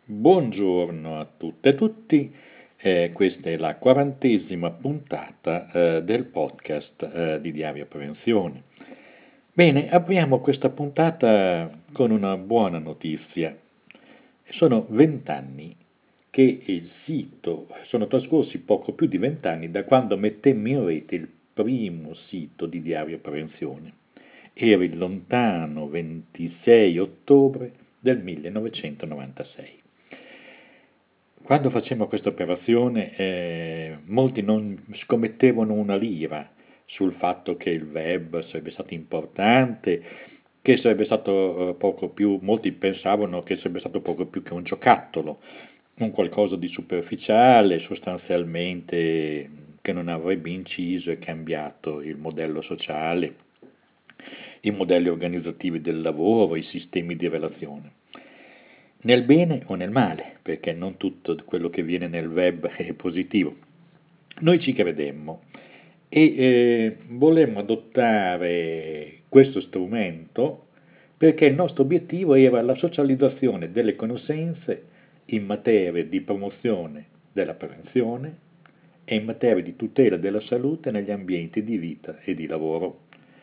Buongiorno a tutte e tutti, questa è la 40ª puntata del podcast di Diario Prevenzione. Bene, apriamo questa puntata con una buona notizia. Sono 20 anni che il sito, sono trascorsi poco più di 20 anni da quando mettemmo in rete il primo sito di Diario Prevenzione. Era il lontano 26 ottobre del 1996. Quando facemmo questa operazione, molti non scommettevano una lira sul fatto che il web sarebbe stato importante, che sarebbe stato poco più, molti pensavano che sarebbe stato poco più che un giocattolo, un qualcosa di superficiale, sostanzialmente che non avrebbe inciso e cambiato il modello sociale, i modelli organizzativi del lavoro, i sistemi di relazione. Nel bene o nel male, perché non tutto quello che viene nel web è positivo. Noi ci credemmo e volemmo adottare questo strumento perché il nostro obiettivo era la socializzazione delle conoscenze in materia di promozione della prevenzione e in materia di tutela della salute negli ambienti di vita e di lavoro.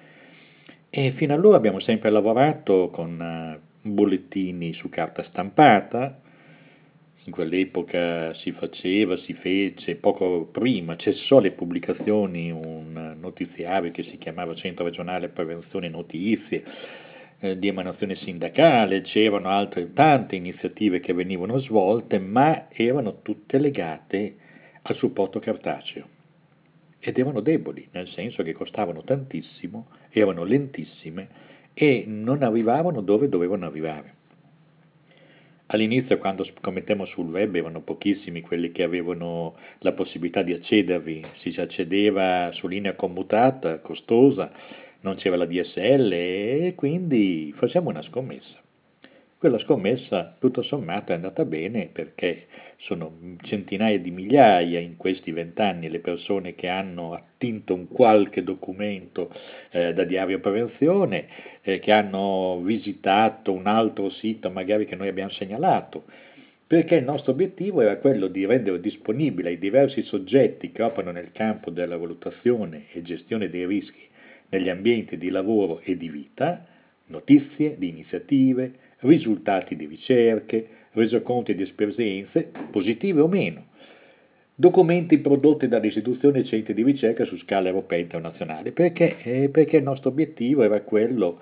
E fino allora abbiamo sempre lavorato con bollettini su carta stampata. In quell'epoca si fece, poco prima, cessò le pubblicazioni un notiziario che si chiamava Centro Regionale Prevenzione Notizie, di emanazione sindacale, c'erano altre tante iniziative che venivano svolte, ma erano tutte legate al supporto cartaceo ed erano deboli, nel senso che costavano tantissimo, erano lentissime e non arrivavano dove dovevano arrivare. All'inizio, quando scommettemmo sul web, erano pochissimi quelli che avevano la possibilità di accedervi, si accedeva su linea commutata, costosa, non c'era la DSL e quindi facciamo una scommessa. Quella scommessa, tutto sommato, è andata bene perché sono centinaia di migliaia in questi 20 anni le persone che hanno attinto un qualche documento da Diario Prevenzione, che hanno visitato un altro sito magari che noi abbiamo segnalato, perché il nostro obiettivo era quello di rendere disponibile ai diversi soggetti che operano nel campo della valutazione e gestione dei rischi negli ambienti di lavoro e di vita, notizie di iniziative, risultati di ricerche, resoconti di esperienze, positive o meno, documenti prodotti dalle istituzioni e centri di ricerca su scala europea e internazionale, perché il nostro obiettivo era quello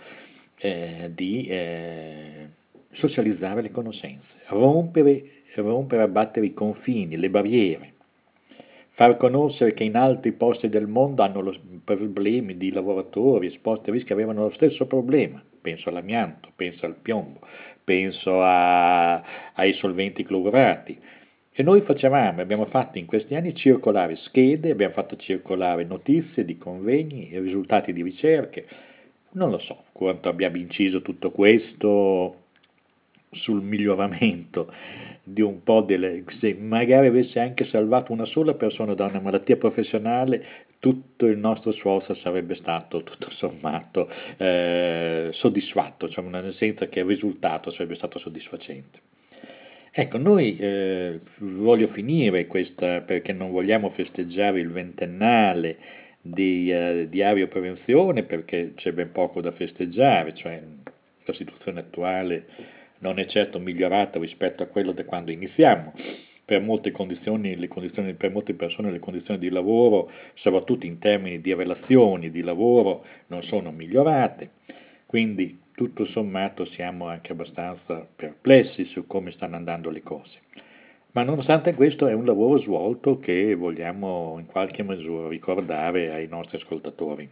di socializzare le conoscenze, rompere, abbattere i confini, le barriere, far conoscere che in altri posti del mondo hanno problemi di lavoratori esposti a rischi, avevano lo stesso problema. Penso all'amianto, penso al piombo, penso ai solventi clorurati. E noi abbiamo fatto in questi anni circolare schede, abbiamo fatto circolare notizie di convegni, risultati di ricerche. Non lo so quanto abbiamo inciso tutto questo sul miglioramento di un po' delle... Se magari avesse anche salvato una sola persona da una malattia professionale, tutto il nostro sforzo sarebbe stato tutto sommato soddisfatto, cioè nel senso che il risultato sarebbe stato soddisfacente. Ecco, noi voglio finire questa perché non vogliamo festeggiare il ventennale di Diario Prevenzione perché c'è ben poco da festeggiare, cioè la situazione attuale non è certo migliorata rispetto a quello di quando iniziamo. Per molte condizioni, per molte persone le condizioni di lavoro, soprattutto in termini di relazioni di lavoro, non sono migliorate. Quindi tutto sommato siamo anche abbastanza perplessi su come stanno andando le cose. Ma nonostante questo è un lavoro svolto che vogliamo in qualche misura ricordare ai nostri ascoltatori.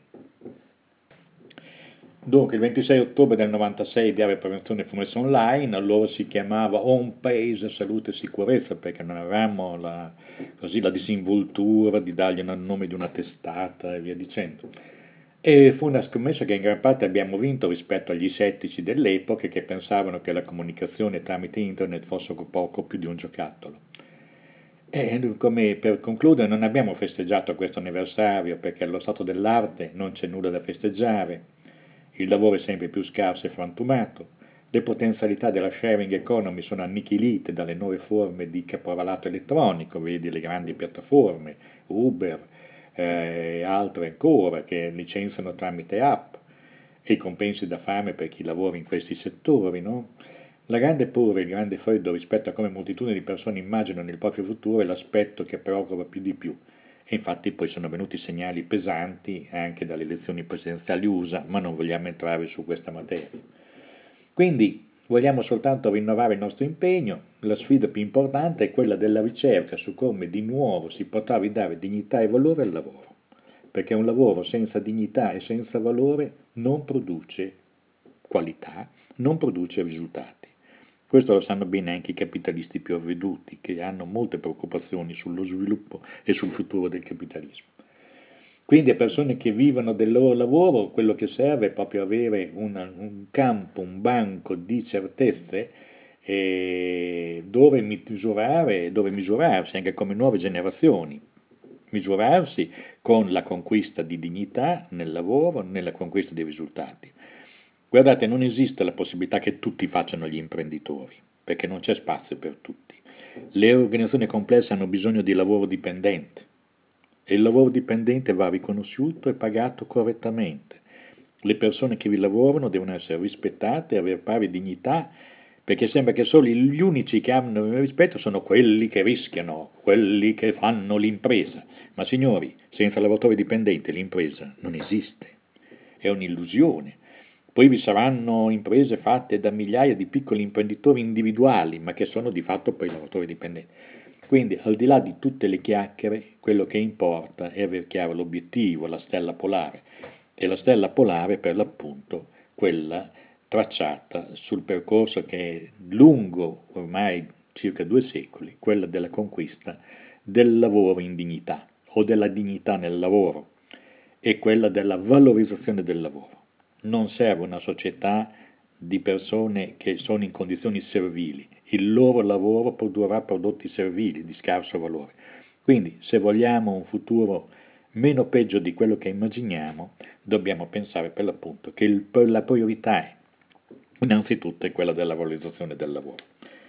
Dunque, il 26 ottobre del 96 Diario Prevenzione fu messo online, allora si chiamava Home Page Salute e Sicurezza perché non avevamo la disinvoltura di dargli il nome di una testata e via dicendo. E fu una scommessa che in gran parte abbiamo vinto rispetto agli scettici dell'epoca che pensavano che la comunicazione tramite internet fosse poco più di un giocattolo. E come per concludere, non abbiamo festeggiato questo anniversario perché allo stato dell'arte non c'è nulla da festeggiare, il lavoro è sempre più scarso e frantumato, Le potenzialità della sharing economy sono annichilite dalle nuove forme di caporalato elettronico, vedi le grandi piattaforme, Uber e altre ancora che licenziano tramite app e i compensi da fame per chi lavora in questi settori, no? La grande paura e il grande freddo rispetto a come moltitudini di persone immaginano il proprio futuro è l'aspetto che preoccupa più di più. E infatti poi sono venuti segnali pesanti anche dalle elezioni presidenziali USA, ma non vogliamo entrare su questa materia. Quindi vogliamo soltanto rinnovare il nostro impegno, la sfida più importante è quella della ricerca su come di nuovo si potrà ridare dignità e valore al lavoro, perché un lavoro senza dignità e senza valore non produce qualità, non produce risultati. Questo lo sanno bene anche i capitalisti più avveduti, che hanno molte preoccupazioni sullo sviluppo e sul futuro del capitalismo. Quindi a persone che vivono del loro lavoro, quello che serve è proprio avere un campo, un banco di certezze dove misurarsi anche come nuove generazioni, misurarsi con la conquista di dignità nel lavoro, nella conquista dei risultati. Guardate, non esiste la possibilità che tutti facciano gli imprenditori, perché non c'è spazio per tutti. Le organizzazioni complesse hanno bisogno di lavoro dipendente e il lavoro dipendente va riconosciuto e pagato correttamente. Le persone che vi lavorano devono essere rispettate e avere pari dignità, perché sembra che solo gli unici che hanno il rispetto sono quelli che rischiano, quelli che fanno l'impresa. Ma signori, senza lavoratori dipendenti l'impresa non esiste, è un'illusione. Poi vi saranno imprese fatte da migliaia di piccoli imprenditori individuali, ma che sono di fatto poi lavoratori dipendenti. Quindi, al di là di tutte le chiacchiere, quello che importa è aver chiaro l'obiettivo, la stella polare. E la stella polare, per l'appunto, quella tracciata sul percorso che è lungo ormai circa 2 secoli, quella della conquista del lavoro in dignità o della dignità nel lavoro e quella della valorizzazione del lavoro. Non serve una società di persone che sono in condizioni servili, il loro lavoro produrrà prodotti servili di scarso valore. Quindi, se vogliamo un futuro meno peggio di quello che immaginiamo, dobbiamo pensare per l'appunto che la priorità è innanzitutto è quella della valorizzazione del lavoro.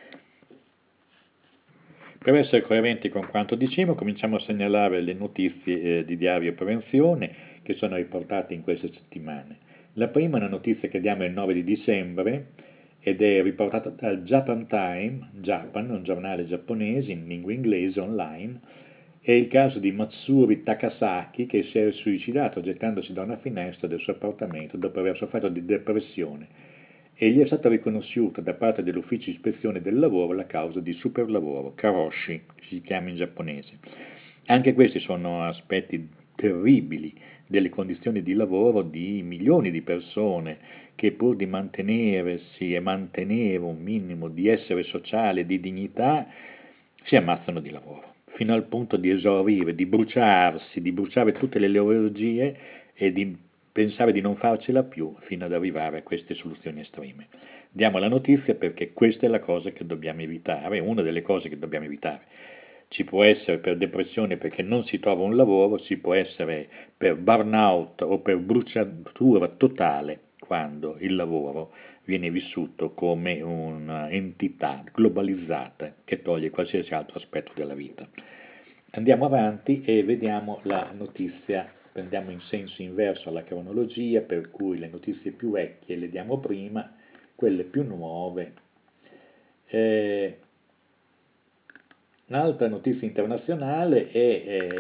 Per essere coerenti con quanto dicevo, cominciamo a segnalare le notizie di Diario Prevenzione che sono riportate in queste settimane. La prima è una notizia che diamo il 9 di dicembre ed è riportata dal Japan Time, Japan, un giornale giapponese in lingua inglese online. È il caso di Matsuri Takasaki che si è suicidato gettandosi da una finestra del suo appartamento dopo aver sofferto di depressione e gli è stata riconosciuta da parte dell'Ufficio Ispezione del Lavoro la causa di superlavoro, karoshi, si chiama in giapponese. Anche questi sono aspetti terribili delle condizioni di lavoro di milioni di persone che pur di mantenersi e mantenere un minimo di essere sociale, di dignità, si ammazzano di lavoro, fino al punto di esaurire, di bruciarsi, di bruciare tutte le loro energie e di pensare di non farcela più fino ad arrivare a queste soluzioni estreme. Diamo la notizia perché questa è la cosa che dobbiamo evitare, una delle cose che dobbiamo evitare. Ci può essere per depressione perché non si trova un lavoro, ci può essere per burnout o per bruciatura totale quando il lavoro viene vissuto come un'entità globalizzata che toglie qualsiasi altro aspetto della vita. Andiamo avanti e vediamo la notizia, prendiamo in senso inverso alla cronologia, per cui le notizie più vecchie le diamo prima, quelle più nuove. Eh, Un'altra notizia internazionale è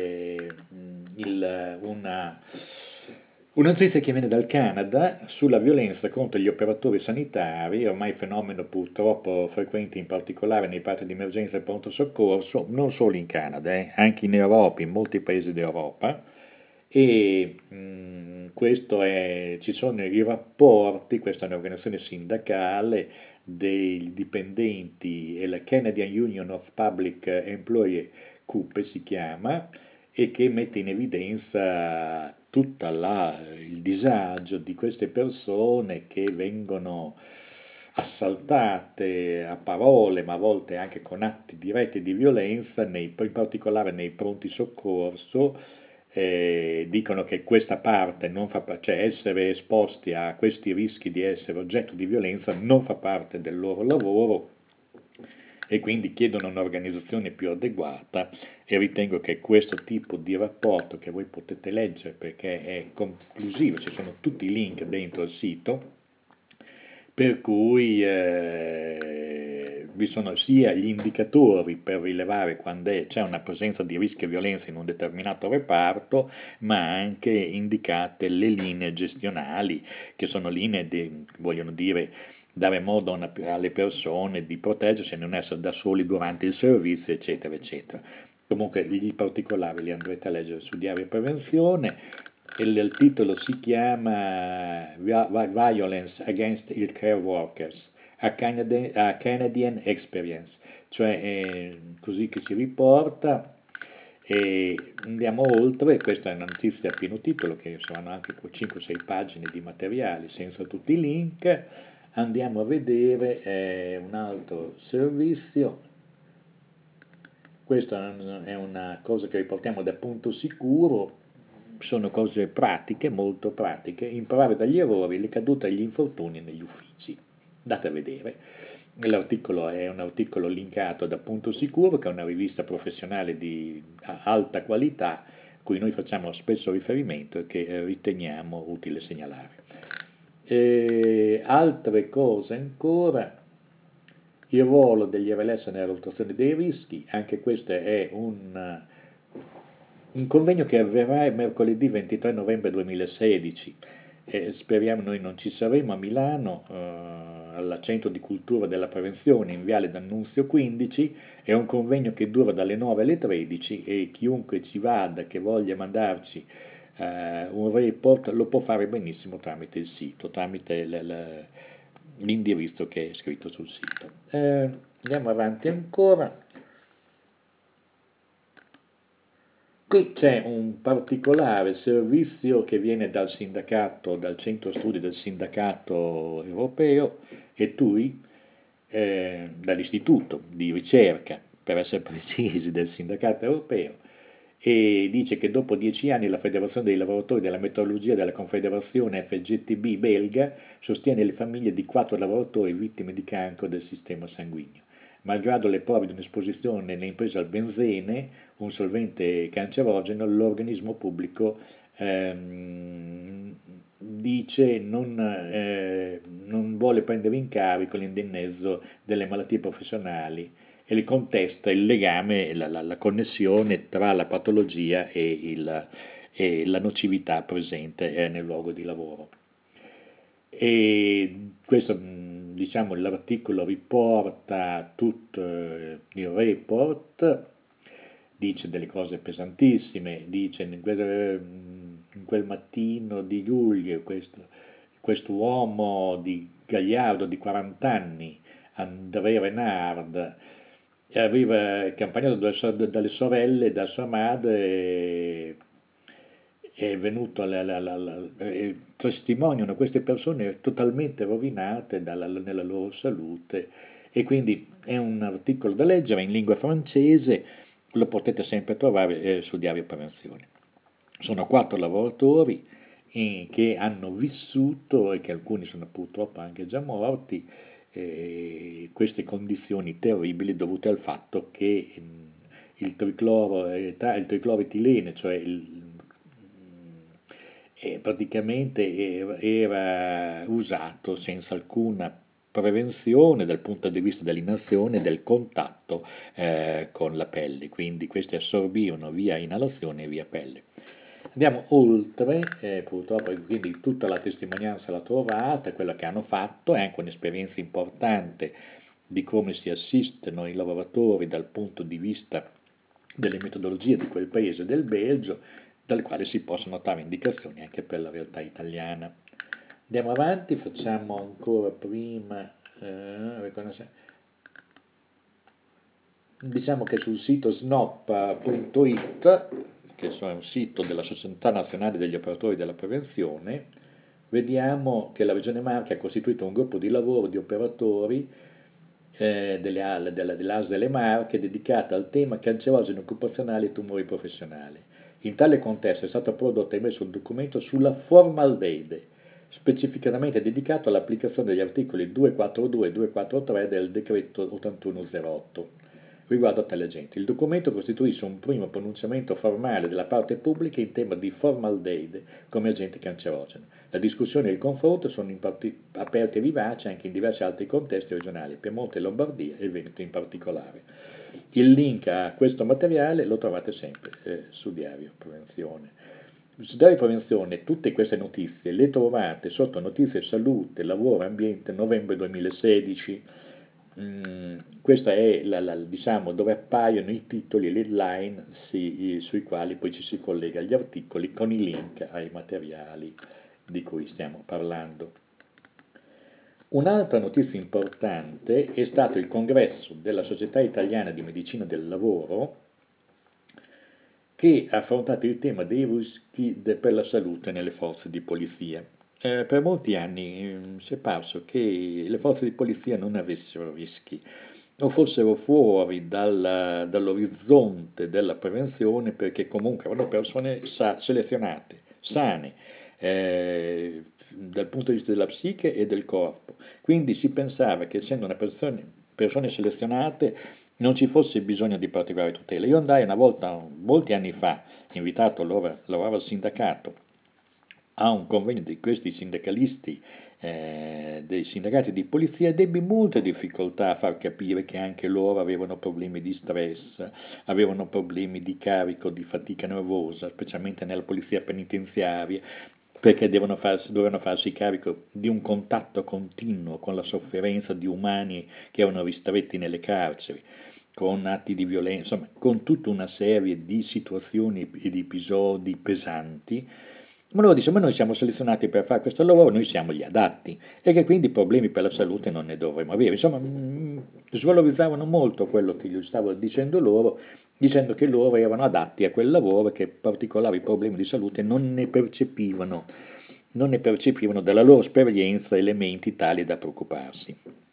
una notizia che viene dal Canada sulla violenza contro gli operatori sanitari, ormai fenomeno purtroppo frequente in particolare nei parti di emergenza e pronto soccorso, non solo in Canada, anche in Europa, in molti paesi d'Europa. E ci sono i rapporti, questa è un'organizzazione sindacale dei dipendenti, è la Canadian Union of Public Employee, CUPE si chiama, e che mette in evidenza tutto il disagio di queste persone che vengono assaltate a parole, ma a volte anche con atti diretti di violenza, in particolare nei pronti soccorso, dicono che questa parte non fa cioè essere esposti a questi rischi di essere oggetto di violenza non fa parte del loro lavoro e quindi chiedono un'organizzazione più adeguata e ritengo che questo tipo di rapporto che voi potete leggere perché è conclusivo, ci sono tutti i link dentro il sito, per cui vi sono sia gli indicatori per rilevare quando c'è una presenza di rischio e violenza in un determinato reparto, ma anche indicate le linee gestionali, che sono linee che vogliono dire dare modo alle persone di proteggersi e non essere da soli durante il servizio, eccetera, eccetera. Comunque i particolari li andrete a leggere su Diario Prevenzione. Il titolo si chiama Violence Against Healthcare Workers, a Canadian Experience, cioè così che si riporta. E andiamo oltre, questa è una notizia a pieno titolo, che saranno anche 5-6 pagine di materiali senza tutti i link. Andiamo a vedere un altro servizio. Questa è una cosa che riportiamo da Punto Sicuro, sono cose pratiche, molto pratiche, imparare dagli errori, le cadute e gli infortuni negli uffici. Andate a vedere. L'articolo è un articolo linkato da Punto Sicuro, che è una rivista professionale di alta qualità, a cui noi facciamo spesso riferimento e che riteniamo utile segnalare. Altre cose ancora, il ruolo degli RLS nella valutazione dei rischi, anche questo è un convegno che avverrà mercoledì 23 novembre 2016, speriamo noi non ci saremo a Milano, al Centro di Cultura della Prevenzione in Viale D'Annunzio 15, è un convegno che dura dalle 9 alle 13 e chiunque ci vada che voglia mandarci un report lo può fare benissimo tramite il sito, tramite l'indirizzo che è scritto sul sito. Andiamo avanti ancora. Qui c'è un particolare servizio che viene dal sindacato, dal centro studi del sindacato europeo e TUI, dall'istituto di ricerca, per essere precisi, del sindacato europeo, e dice che dopo 10 anni la Federazione dei lavoratori della meteorologia della Confederazione FGTB belga sostiene le famiglie di 4 lavoratori vittime di cancro del sistema sanguigno. Malgrado le prove di un'esposizione nelle imprese al benzene, un solvente cancerogeno, l'organismo pubblico dice non vuole prendere in carico l'indennizzo delle malattie professionali e li contesta il legame, la connessione tra la patologia e la nocività presente nel luogo di lavoro. E questo, diciamo, l'articolo riporta tutto il report, dice delle cose pesantissime, dice in quel mattino di luglio questo uomo di gagliardo di 40 anni, André Renard, aveva accompagnato dalle sorelle, da sua madre, è venuto testimoniano queste persone totalmente rovinate nella loro salute e quindi è un articolo da leggere in lingua francese, lo potete sempre trovare su Diario Prevenzione. Sono 4 lavoratori che hanno vissuto e che alcuni sono purtroppo anche già morti queste condizioni terribili dovute al fatto che il tricloroetilene, cioè praticamente era usato senza alcuna prevenzione dal punto di vista dell'inalazione e del contatto con la pelle, quindi questi assorbivano via inalazione e via pelle. Andiamo oltre, purtroppo quindi tutta la testimonianza la trovate, quello che hanno fatto è anche un'esperienza importante di come si assistono i lavoratori dal punto di vista delle metodologie di quel paese del Belgio, dal quale si possono notare indicazioni anche per la realtà italiana. Andiamo avanti, facciamo ancora prima, diciamo che sul sito snop.it, che è un sito della Società Nazionale degli Operatori della Prevenzione, vediamo che la Regione Marche ha costituito un gruppo di lavoro di operatori dell'ASL delle Marche dedicata al tema cancerogeni occupazionali e tumori professionali. In tale contesto è stato prodotto e messo un documento sulla formaldeide, specificatamente dedicato all'applicazione degli articoli 242 e 243 del decreto 8108 riguardo a tale agente. Il documento costituisce un primo pronunciamento formale della parte pubblica in tema di formaldeide come agente cancerogeno. La discussione e il confronto sono aperti e vivaci anche in diversi altri contesti regionali, Piemonte, Lombardia e Veneto in particolare. Il link a questo materiale lo trovate sempre su Diario Prevenzione. Su Diario Prevenzione tutte queste notizie le trovate sotto notizie salute, lavoro, ambiente, novembre 2016. Questa è diciamo, dove appaiono i titoli e le headline sui quali poi ci si collega agli articoli con i link ai materiali di cui stiamo parlando. Un'altra notizia importante è stato il congresso della Società Italiana di Medicina del Lavoro che ha affrontato il tema dei rischi per la salute nelle forze di polizia. Per molti anni si è parso che le forze di polizia non avessero rischi o fossero fuori dall'orizzonte della prevenzione perché comunque erano persone selezionate, sane, dal punto di vista della psiche e del corpo. Quindi si pensava che essendo persone selezionate non ci fosse bisogno di particolare tutela. Io andai una volta, molti anni fa, invitato, allora lavoravo al sindacato, a un convegno di questi sindacalisti, dei sindacati di polizia, ed ebbi molte difficoltà a far capire che anche loro avevano problemi di stress, avevano problemi di carico, di fatica nervosa, specialmente nella polizia penitenziaria, perché dovevano farsi carico di un contatto continuo con la sofferenza di umani che erano ristretti nelle carceri, con atti di violenza, insomma, con tutta una serie di situazioni e di episodi pesanti. Ma loro dice, ma noi siamo selezionati per fare questo lavoro, noi siamo gli adatti e che quindi problemi per la salute non ne dovremmo avere. Insomma, svalorizzavano molto quello che gli stavo dicendo loro, dicendo che loro erano adatti a quel lavoro e che particolari problemi di salute non ne percepivano dalla loro esperienza elementi tali da preoccuparsi.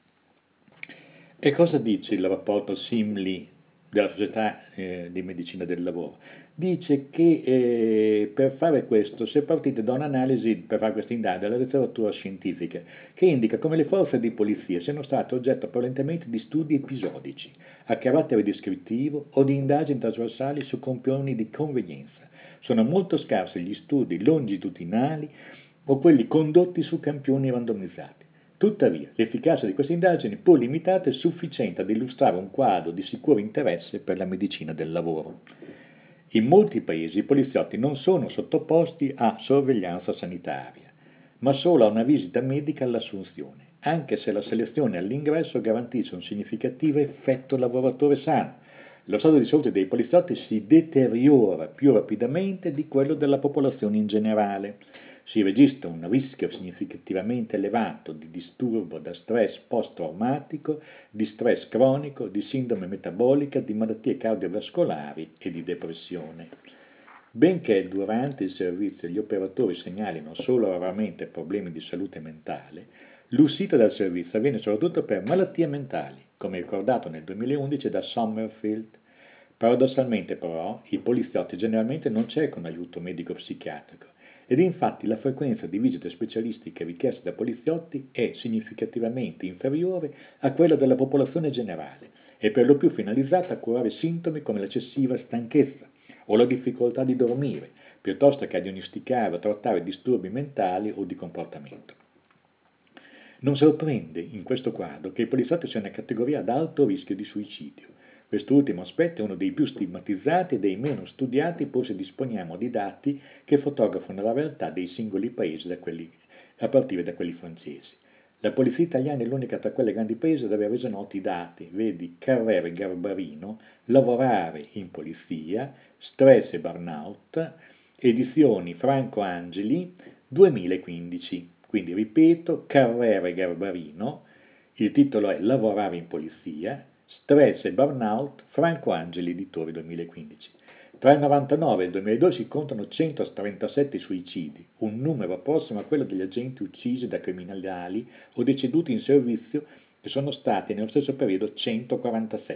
E cosa dice il rapporto SIMLI della Società di Medicina del Lavoro? Dice che per fare questo si è partito da un'analisi, per fare questa indagine, della letteratura scientifica, che indica come le forze di polizia siano state oggetto prevalentemente di studi episodici, a carattere descrittivo o di indagini trasversali su campioni di convenienza. Sono molto scarsi gli studi longitudinali o quelli condotti su campioni randomizzati. Tuttavia, l'efficacia di queste indagini, pur limitata, è sufficiente ad illustrare un quadro di sicuro interesse per la medicina del lavoro. In molti paesi i poliziotti non sono sottoposti a sorveglianza sanitaria, ma solo a una visita medica all'assunzione, anche se la selezione all'ingresso garantisce un significativo effetto lavoratore sano. Lo stato di salute dei poliziotti si deteriora più rapidamente di quello della popolazione in generale. Si registra un rischio significativamente elevato di disturbo da stress post-traumatico, di stress cronico, di sindrome metabolica, di malattie cardiovascolari e di depressione. Benché durante il servizio gli operatori segnalino solo raramente problemi di salute mentale, l'uscita dal servizio avviene soprattutto per malattie mentali, come ricordato nel 2011 da Sommerfeld. Paradossalmente però i poliziotti generalmente non cercano aiuto medico-psichiatrico ed infatti la frequenza di visite specialistiche richieste da poliziotti è significativamente inferiore a quella della popolazione generale e per lo più finalizzata a curare sintomi come l'eccessiva stanchezza o la difficoltà di dormire, piuttosto che a diagnosticare o trattare disturbi mentali o di comportamento. Non sorprende in questo quadro che i poliziotti siano una categoria ad alto rischio di suicidio. Quest'ultimo aspetto è uno dei più stigmatizzati e dei meno studiati, pur se disponiamo di dati che fotografano la realtà dei singoli paesi a partire da quelli francesi. La polizia italiana è l'unica tra quelle grandi paesi ad aver reso noti i dati, vedi Carrera e Garbarino, Lavorare in polizia, Stress e Burnout, edizioni Franco Angeli, 2015. Quindi ripeto, Carrera e Garbarino, il titolo è Lavorare in polizia, Stress e Burnout, Franco Angeli, editori 2015. Tra il 1999 e il 2012 si contano 137 suicidi, un numero prossimo a quello degli agenti uccisi da criminali o deceduti in servizio, che sono stati nello stesso periodo 147.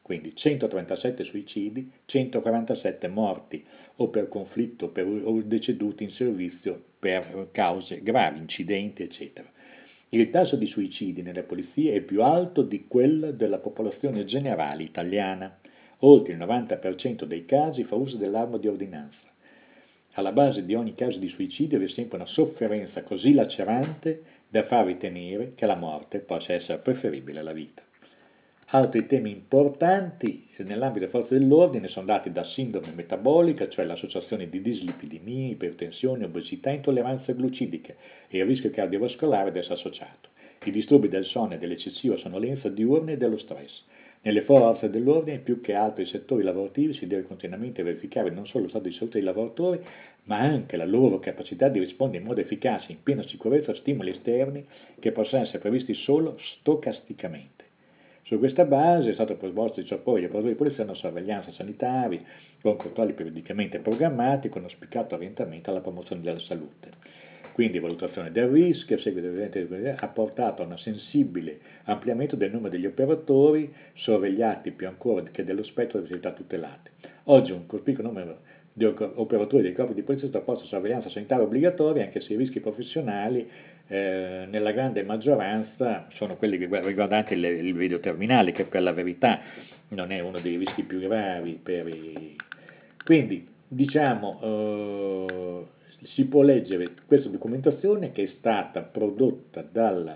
quindi 137 suicidi, 147 morti o per conflitto o deceduti in servizio per cause gravi, incidenti, eccetera. Il tasso di suicidi nelle polizie è più alto di quello della popolazione generale italiana. Oltre il 90% dei casi fa uso dell'arma di ordinanza. Alla base di ogni caso di suicidio vi è sempre una sofferenza così lacerante da far ritenere che la morte possa essere preferibile alla vita. Altri temi importanti nell'ambito delle forze dell'ordine sono dati da sindrome metabolica, cioè l'associazione di dislipidemia, ipertensione, obesità, intolleranze glucidiche e il rischio cardiovascolare ad esse associato. I disturbi del sonno e dell'eccessiva sonnolenza diurna e dello stress. Nelle forze dell'ordine, più che altri settori lavorativi, si deve continuamente verificare non solo lo stato di salute dei lavoratori, ma anche la loro capacità di rispondere in modo efficace, in piena sicurezza a stimoli esterni che possono essere previsti solo stocasticamente. Su questa base è stato proposto di sopporre gli operatori di polizia a una sorveglianza sanitaria con controlli periodicamente programmati con uno spiccato orientamento alla promozione della salute. Quindi valutazione del rischio, a seguito ha portato a un sensibile ampliamento del numero degli operatori sorvegliati più ancora che dello spettro delle attività tutelate. Oggi un cospicuo numero di operatori dei corpi di polizia sottoposti a sorveglianza sanitaria obbligatoria, anche se i rischi professionali nella grande maggioranza sono quelli riguardanti il video terminale, che per la verità non è uno dei rischi più gravi per i... Quindi, diciamo, si può leggere questa documentazione che è stata prodotta dalla...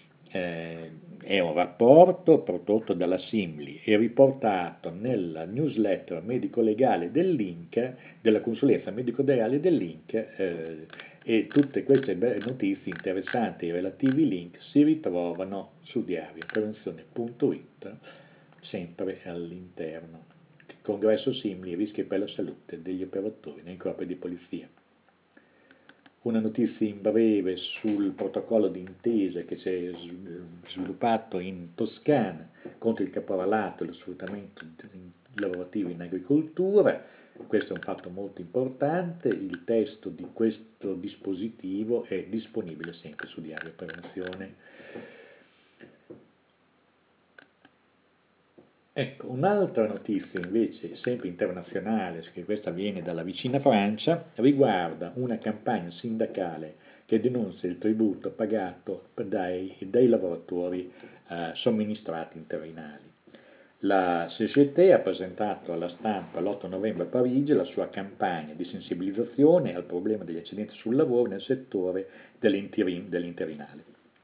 è un rapporto prodotto dalla Simli e riportato nella newsletter medico-legale dell'Inc, della consulenza medico-legale dell'Inc, e tutte queste notizie interessanti e i relativi link si ritrovano su diarioprevenzione.it, sempre all'interno. Congresso Simili, rischi per la salute degli operatori nei corpi di polizia. Una notizia in breve sul protocollo di intesa che si è sviluppato in Toscana contro il caporalato e lo sfruttamento lavorativo in agricoltura. Questo è un fatto molto importante. Il testo di questo dispositivo è disponibile sempre su Diario Prevenzione. Ecco, un'altra notizia invece, sempre internazionale, che questa viene dalla vicina Francia, riguarda una campagna sindacale che denuncia il tributo pagato dai lavoratori somministrati interinali. La CGT ha presentato alla stampa l'8 novembre a Parigi la sua campagna di sensibilizzazione al problema degli accidenti sul lavoro nel settore dell'interinale.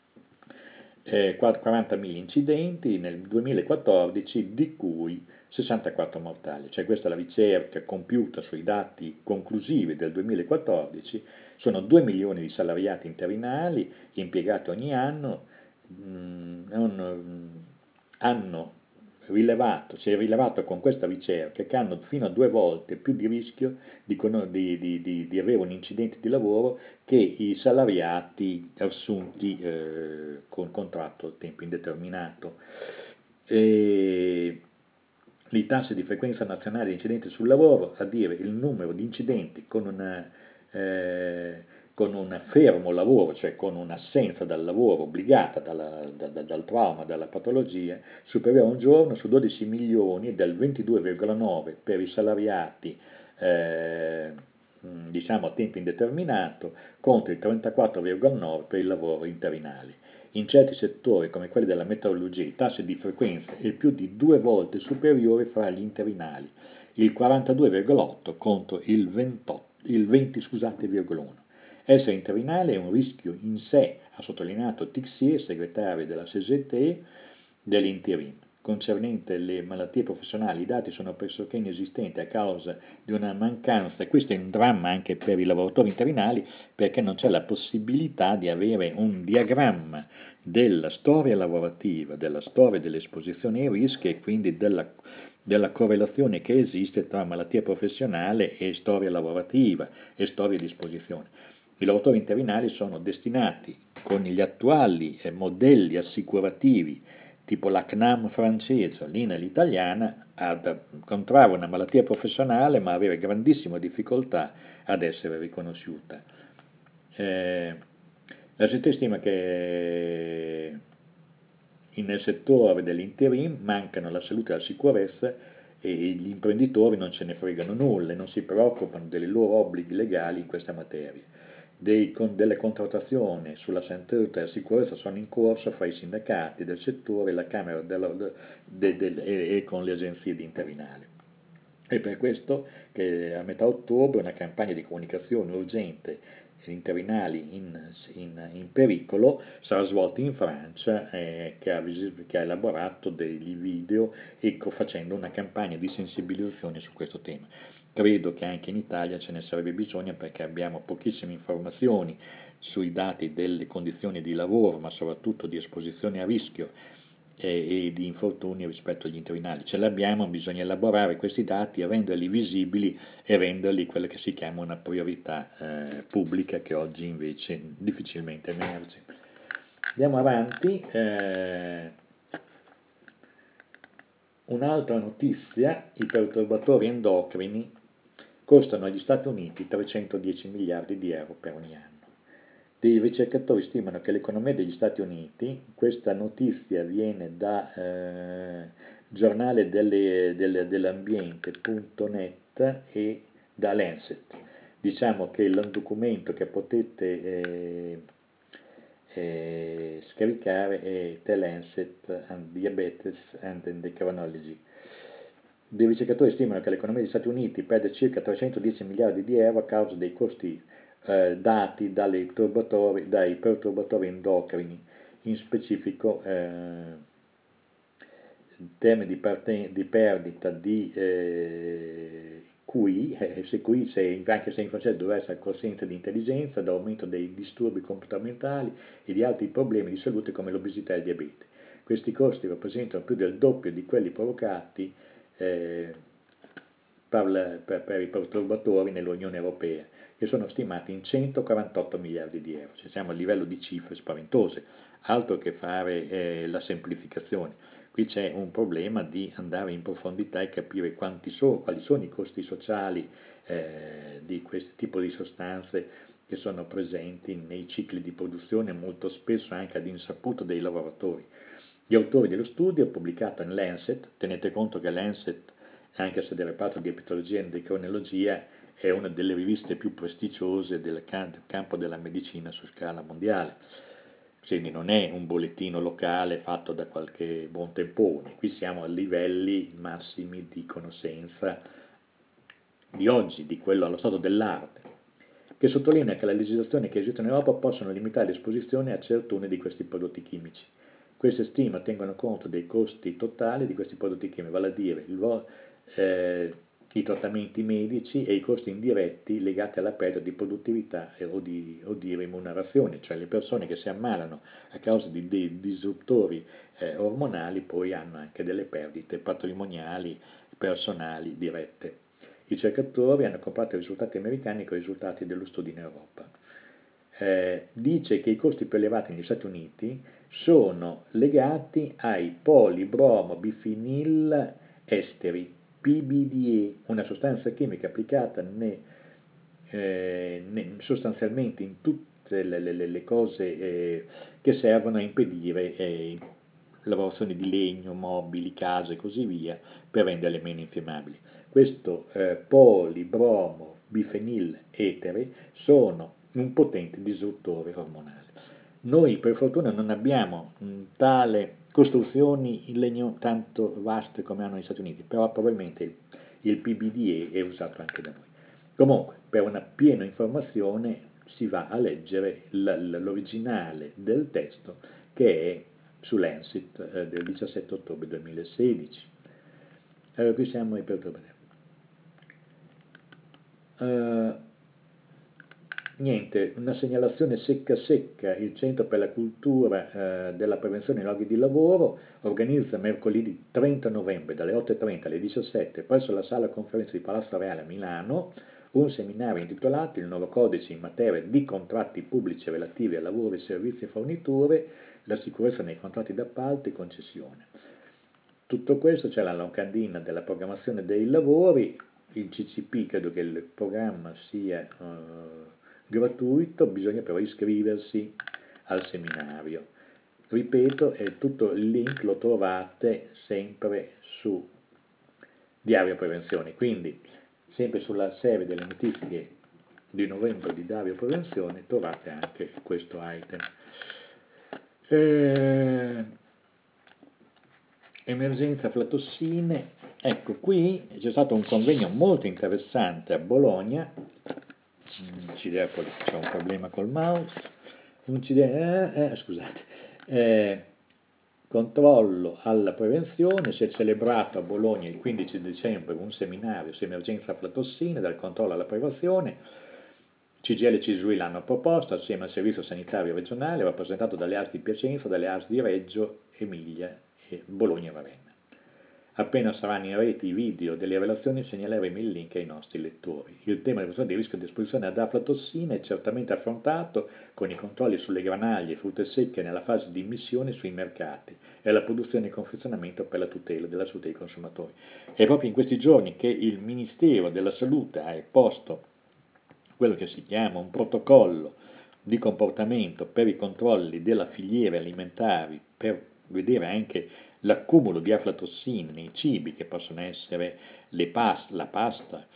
40.000 incidenti nel 2014, di cui 64 mortali. Cioè questa è la ricerca compiuta sui dati conclusivi del 2014, sono 2 milioni di salariati interinali impiegati ogni anno, hanno rilevato, si è rilevato con questa ricerca che hanno fino a 2 volte più di rischio di avere un incidente di lavoro che i salariati assunti con contratto a tempo indeterminato. I tassi di frequenza nazionale di incidenti sul lavoro, a dire il numero di incidenti con un fermo lavoro, cioè con un'assenza dal lavoro obbligata dal trauma, dalla patologia, superiore a un giorno su 12 milioni, del 22,9 per i salariati diciamo a tempo indeterminato, contro il 34,9 per il lavoro interinale. In certi settori, come quelli della meteorologia, i tassi di frequenza è più di 2 volte superiore fra gli interinali, il 42,8 contro il 20,1. Essere interinale è un rischio in sé, ha sottolineato Tixier, segretario della CGT dell'interim. Concernente le malattie professionali, i dati sono pressoché inesistenti a causa di una mancanza, e questo è un dramma anche per i lavoratori interinali, perché non c'è la possibilità di avere un diagramma della storia lavorativa, della storia dell'esposizione ai rischi e quindi della correlazione che esiste tra malattia professionale e storia lavorativa e storia di esposizione. I lavoratori interinali sono destinati con gli attuali modelli assicurativi tipo la CNAM francese o l'INAIL italiana ad contrarre una malattia professionale ma avere grandissima difficoltà ad essere riconosciuta. La CT stima che Nel settore dell'interim mancano la salute e la sicurezza e gli imprenditori non ce ne fregano nulla e non si preoccupano dei loro obblighi legali in questa materia. Delle contrattazioni sulla salute e la sicurezza sono in corso fra i sindacati del settore, la Camera e con le agenzie di interinali. È per questo che a metà ottobre una campagna di comunicazione urgente interinali in pericolo sarà svolta in Francia, che ha elaborato degli video, ecco, facendo una campagna di sensibilizzazione su questo tema. Credo che anche in Italia ce ne sarebbe bisogno perché abbiamo pochissime informazioni sui dati delle condizioni di lavoro, ma soprattutto di esposizione a rischio e di infortuni rispetto agli interinali. Ce l'abbiamo, bisogna elaborare questi dati e renderli visibili e renderli quella che si chiama una priorità pubblica che oggi invece difficilmente emerge. Andiamo avanti. Un'altra notizia: i perturbatori endocrini costano agli Stati Uniti 310 miliardi di euro per ogni anno. Dei ricercatori stimano che l'economia degli Stati Uniti, questa notizia viene da giornale dell'ambiente.net e da Lancet. Diciamo che il documento che potete scaricare è The Lancet and Diabetes and Endocrinology. Dei ricercatori stimano che l'economia degli Stati Uniti perde circa 310 miliardi di euro a causa dei costi dati dai perturbatori endocrini, in specifico temi di perdita di QI, anche se in francese dovrebbe essere coscienza di intelligenza, d'aumento dei disturbi comportamentali e di altri problemi di salute come l'obesità e il diabete. Questi costi rappresentano più del doppio di quelli provocati per i perturbatori nell'Unione Europea, che sono stimati in 148 miliardi di euro. Cioè siamo a livello di cifre spaventose, altro che fare la semplificazione. Qui c'è un problema di andare in profondità e capire quali sono i costi sociali di questo tipo di sostanze che sono presenti nei cicli di produzione, molto spesso anche ad insaputo dei lavoratori. Gli autori dello studio, pubblicato in Lancet, tenete conto che Lancet, anche se del reparto di epidemiologia e endocrinologia, è una delle riviste più prestigiose del campo della medicina su scala mondiale. Quindi non è un bollettino locale fatto da qualche buontempone, qui siamo a livelli massimi di conoscenza di oggi, di quello allo stato dell'arte, che sottolinea che le legislazioni che esistono in Europa possono limitare l'esposizione a certuni di questi prodotti chimici. Queste stime tengono conto dei costi totali di questi prodotti chimici, vale a dire i trattamenti medici e i costi indiretti legati alla perdita di produttività o di remunerazione, cioè le persone che si ammalano a causa di dei disruptori ormonali poi hanno anche delle perdite patrimoniali, personali dirette. I ricercatori hanno comparato i risultati americani con i risultati dello studio in Europa. Dice che i costi più elevati negli Stati Uniti sono legati ai polibromo-bifenil esteri, PBDE, una sostanza chimica applicata sostanzialmente in tutte le cose che servono a impedire lavorazioni di legno, mobili, case e così via, per renderle meno infiammabili. Questo polibromo bifenil etere sono un potente disruttore ormonale. Noi per fortuna non abbiamo tale costruzioni in legno tanto vaste come hanno gli Stati Uniti, però probabilmente il PBDE è usato anche da noi. Comunque, per una piena informazione si va a leggere l'originale del testo che è su Lancet del 17 ottobre 2016. Allora, qui siamo ai perturbatori. Niente, una segnalazione secca secca: il Centro per la Cultura della Prevenzione nei Luoghi di Lavoro organizza mercoledì 30 novembre dalle 8:30 alle 17 presso la sala conferenze di Palazzo Reale a Milano un seminario intitolato Il nuovo codice in materia di contratti pubblici relativi a lavori, servizi e forniture, la sicurezza nei contratti d'appalto e concessione. Tutto questo c'è la locandina della programmazione dei lavori, il CCP, credo che il programma sia gratuito, bisogna però iscriversi al seminario. ripeto, tutto il link lo trovate sempre su Diario Prevenzione, quindi sempre sulla serie delle notifiche di novembre di Diario Prevenzione trovate anche questo item. Emergenza aflatossine, ecco qui c'è stato un convegno molto interessante a Bologna, c'è un problema col mouse, scusate, controllo alla prevenzione, si è celebrato a Bologna il 15 dicembre un seminario su emergenza aflatossine, dal controllo alla prevenzione. CGL e CISUI l'hanno proposto assieme al Servizio Sanitario Regionale, rappresentato dalle ASL di Piacenza, dalle ASL di Reggio Emilia e Bologna e Ravenna. Appena saranno in rete i video delle relazioni segnaleremo il link ai nostri lettori. Il tema del rischio di esposizione ad aflatossine è certamente affrontato con i controlli sulle granaglie e frutte secche nella fase di immissione sui mercati e la produzione e confezionamento per la tutela della salute dei consumatori. È proprio in questi giorni che il Ministero della Salute ha posto quello che si chiama un protocollo di comportamento per i controlli della filiera alimentari, per vedere anche l'accumulo di aflatossine nei cibi, che possono essere la pasta,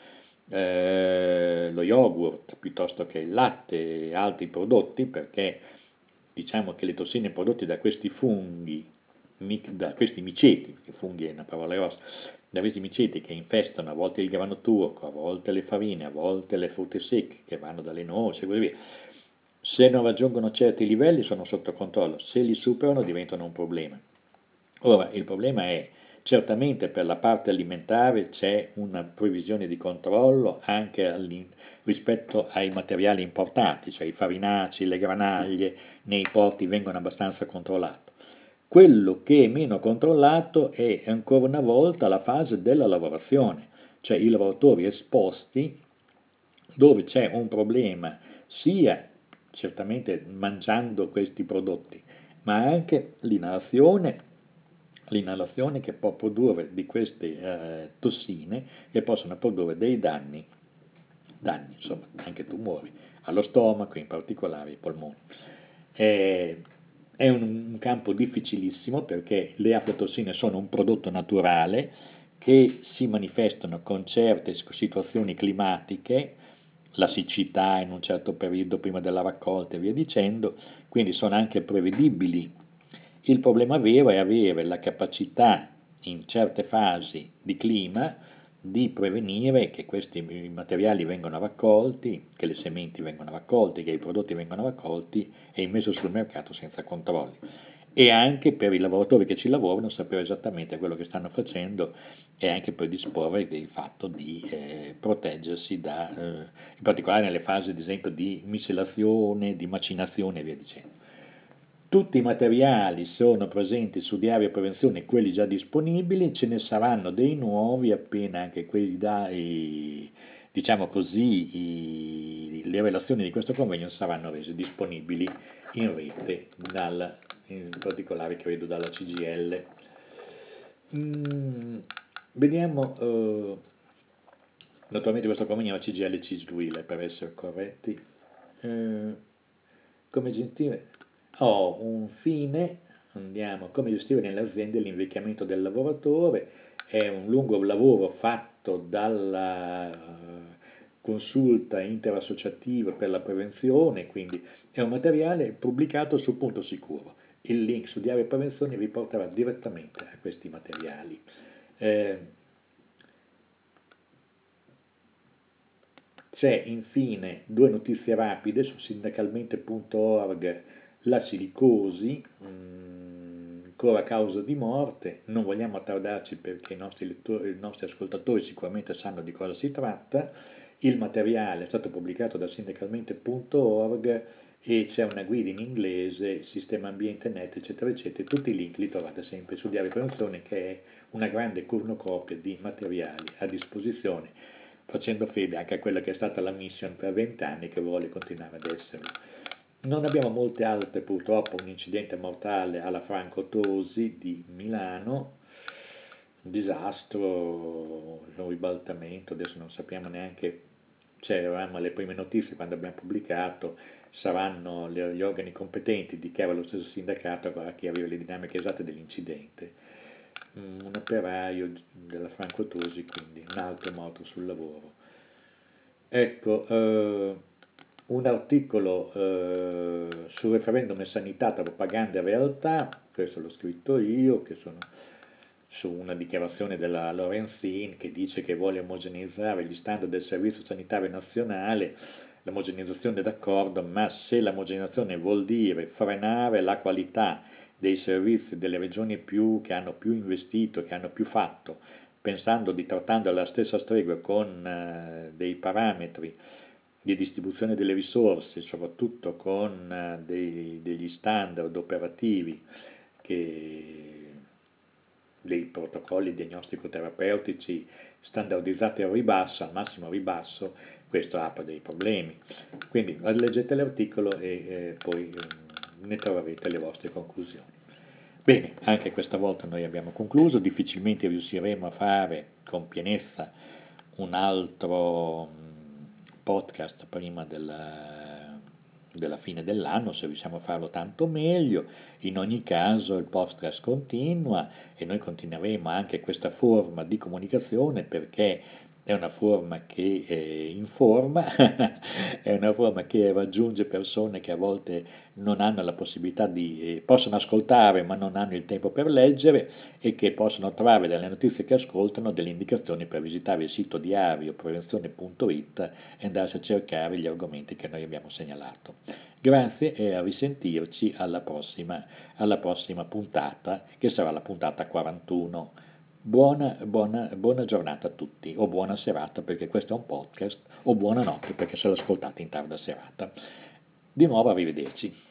lo yogurt, piuttosto che il latte e altri prodotti, perché diciamo che le tossine prodotte da questi funghi, da questi miceti, perché funghi è una parola grossa, da questi miceti che infestano a volte il grano turco, a volte le farine, a volte le frutte secche, che vanno dalle noci e così via, se non raggiungono certi livelli sono sotto controllo, se li superano diventano un problema. Ora, il problema è, certamente per la parte alimentare c'è una previsione di controllo anche rispetto ai materiali importati, cioè i farinacei, le granaglie, nei porti vengono abbastanza controllati. Quello che è meno controllato è ancora una volta la fase della lavorazione, cioè i lavoratori esposti dove c'è un problema sia certamente mangiando questi prodotti, ma anche l'inalazione che può produrre di queste tossine che possono produrre dei danni insomma anche tumori allo stomaco, in particolare ai polmoni. È un campo difficilissimo perché le aflatossine sono un prodotto naturale che si manifestano con certe situazioni climatiche, la siccità in un certo periodo prima della raccolta e via dicendo, quindi sono anche prevedibili. Il problema vero è avere la capacità in certe fasi di clima di prevenire che questi materiali vengano raccolti, che le sementi vengano raccolte, che i prodotti vengano raccolti e immessi sul mercato senza controlli. E anche per i lavoratori che ci lavorano sapere esattamente quello che stanno facendo e anche predisporre del fatto di proteggersi in particolare nelle fasi ad esempio di miscelazione, di macinazione e via dicendo. Tutti i materiali sono presenti su Diario Prevenzione, quelli già disponibili, ce ne saranno dei nuovi appena anche diciamo così, le relazioni di questo convegno saranno rese disponibili in rete, in particolare credo dalla CGL. Vediamo, naturalmente questo convegno è la CGL e CISL per essere corretti. Come gestire? Un fine, andiamo, come gestire nelle aziende l'invecchiamento del lavoratore, è un lungo lavoro fatto dalla consulta interassociativa per la prevenzione, quindi è un materiale pubblicato su Punto Sicuro. Il link su Diario Prevenzione vi porterà direttamente a questi materiali. C'è infine due notizie rapide su sindacalmente.org, la silicosi, ancora causa di morte, non vogliamo attardarci perché i nostri ascoltatori sicuramente sanno di cosa si tratta, il materiale è stato pubblicato da sindacalmente.org e c'è una guida in inglese, sistema ambiente net, eccetera, eccetera, tutti i link li trovate sempre su Diario Prevenzione, che è una grande cornucopia di materiali a disposizione, facendo fede anche a quella che è stata la mission per 20 anni che vuole continuare ad esserlo. Non abbiamo molte altre, purtroppo un incidente mortale alla Franco Tosi di Milano, un disastro, un ribaltamento, adesso non sappiamo neanche c'eravamo le prime notizie quando abbiamo pubblicato, saranno gli organi competenti, dichiara lo stesso sindacato che aveva le dinamiche esatte dell'incidente. Un operaio della Franco Tosi, quindi un altro morto sul lavoro. Ecco, un articolo sul referendum e sanità tra propaganda e realtà, questo l'ho scritto io, che sono su una dichiarazione della Lorenzin che dice che vuole omogeneizzare gli standard del Servizio Sanitario Nazionale. L'omogeneizzazione è d'accordo, ma se l'omogeneizzazione vuol dire frenare la qualità dei servizi delle regioni che hanno più investito, che hanno più fatto, pensando di trattando alla stessa stregua con dei parametri di distribuzione delle risorse, soprattutto con degli standard operativi, dei protocolli diagnostico-terapeutici standardizzati al ribasso, al massimo ribasso, questo apre dei problemi. Quindi leggete l'articolo e poi ne troverete le vostre conclusioni. Bene, anche questa volta noi abbiamo concluso, difficilmente riusciremo a fare con pienezza un altro podcast prima della fine dell'anno, se riusciamo a farlo tanto meglio. In ogni caso il podcast continua e noi continueremo anche questa forma di comunicazione perché è una forma che informa, è una forma che raggiunge persone che a volte non hanno la possibilità possono ascoltare ma non hanno il tempo per leggere e che possono trovare dalle notizie che ascoltano delle indicazioni per visitare il sito diarioprevenzione.it e andarsi a cercare gli argomenti che noi abbiamo segnalato. Grazie e a risentirci alla prossima puntata, che sarà la puntata 41. Buona giornata a tutti, o buona serata perché questo è un podcast, o buonanotte perché se lo ascoltate in tarda serata. Di nuovo arrivederci.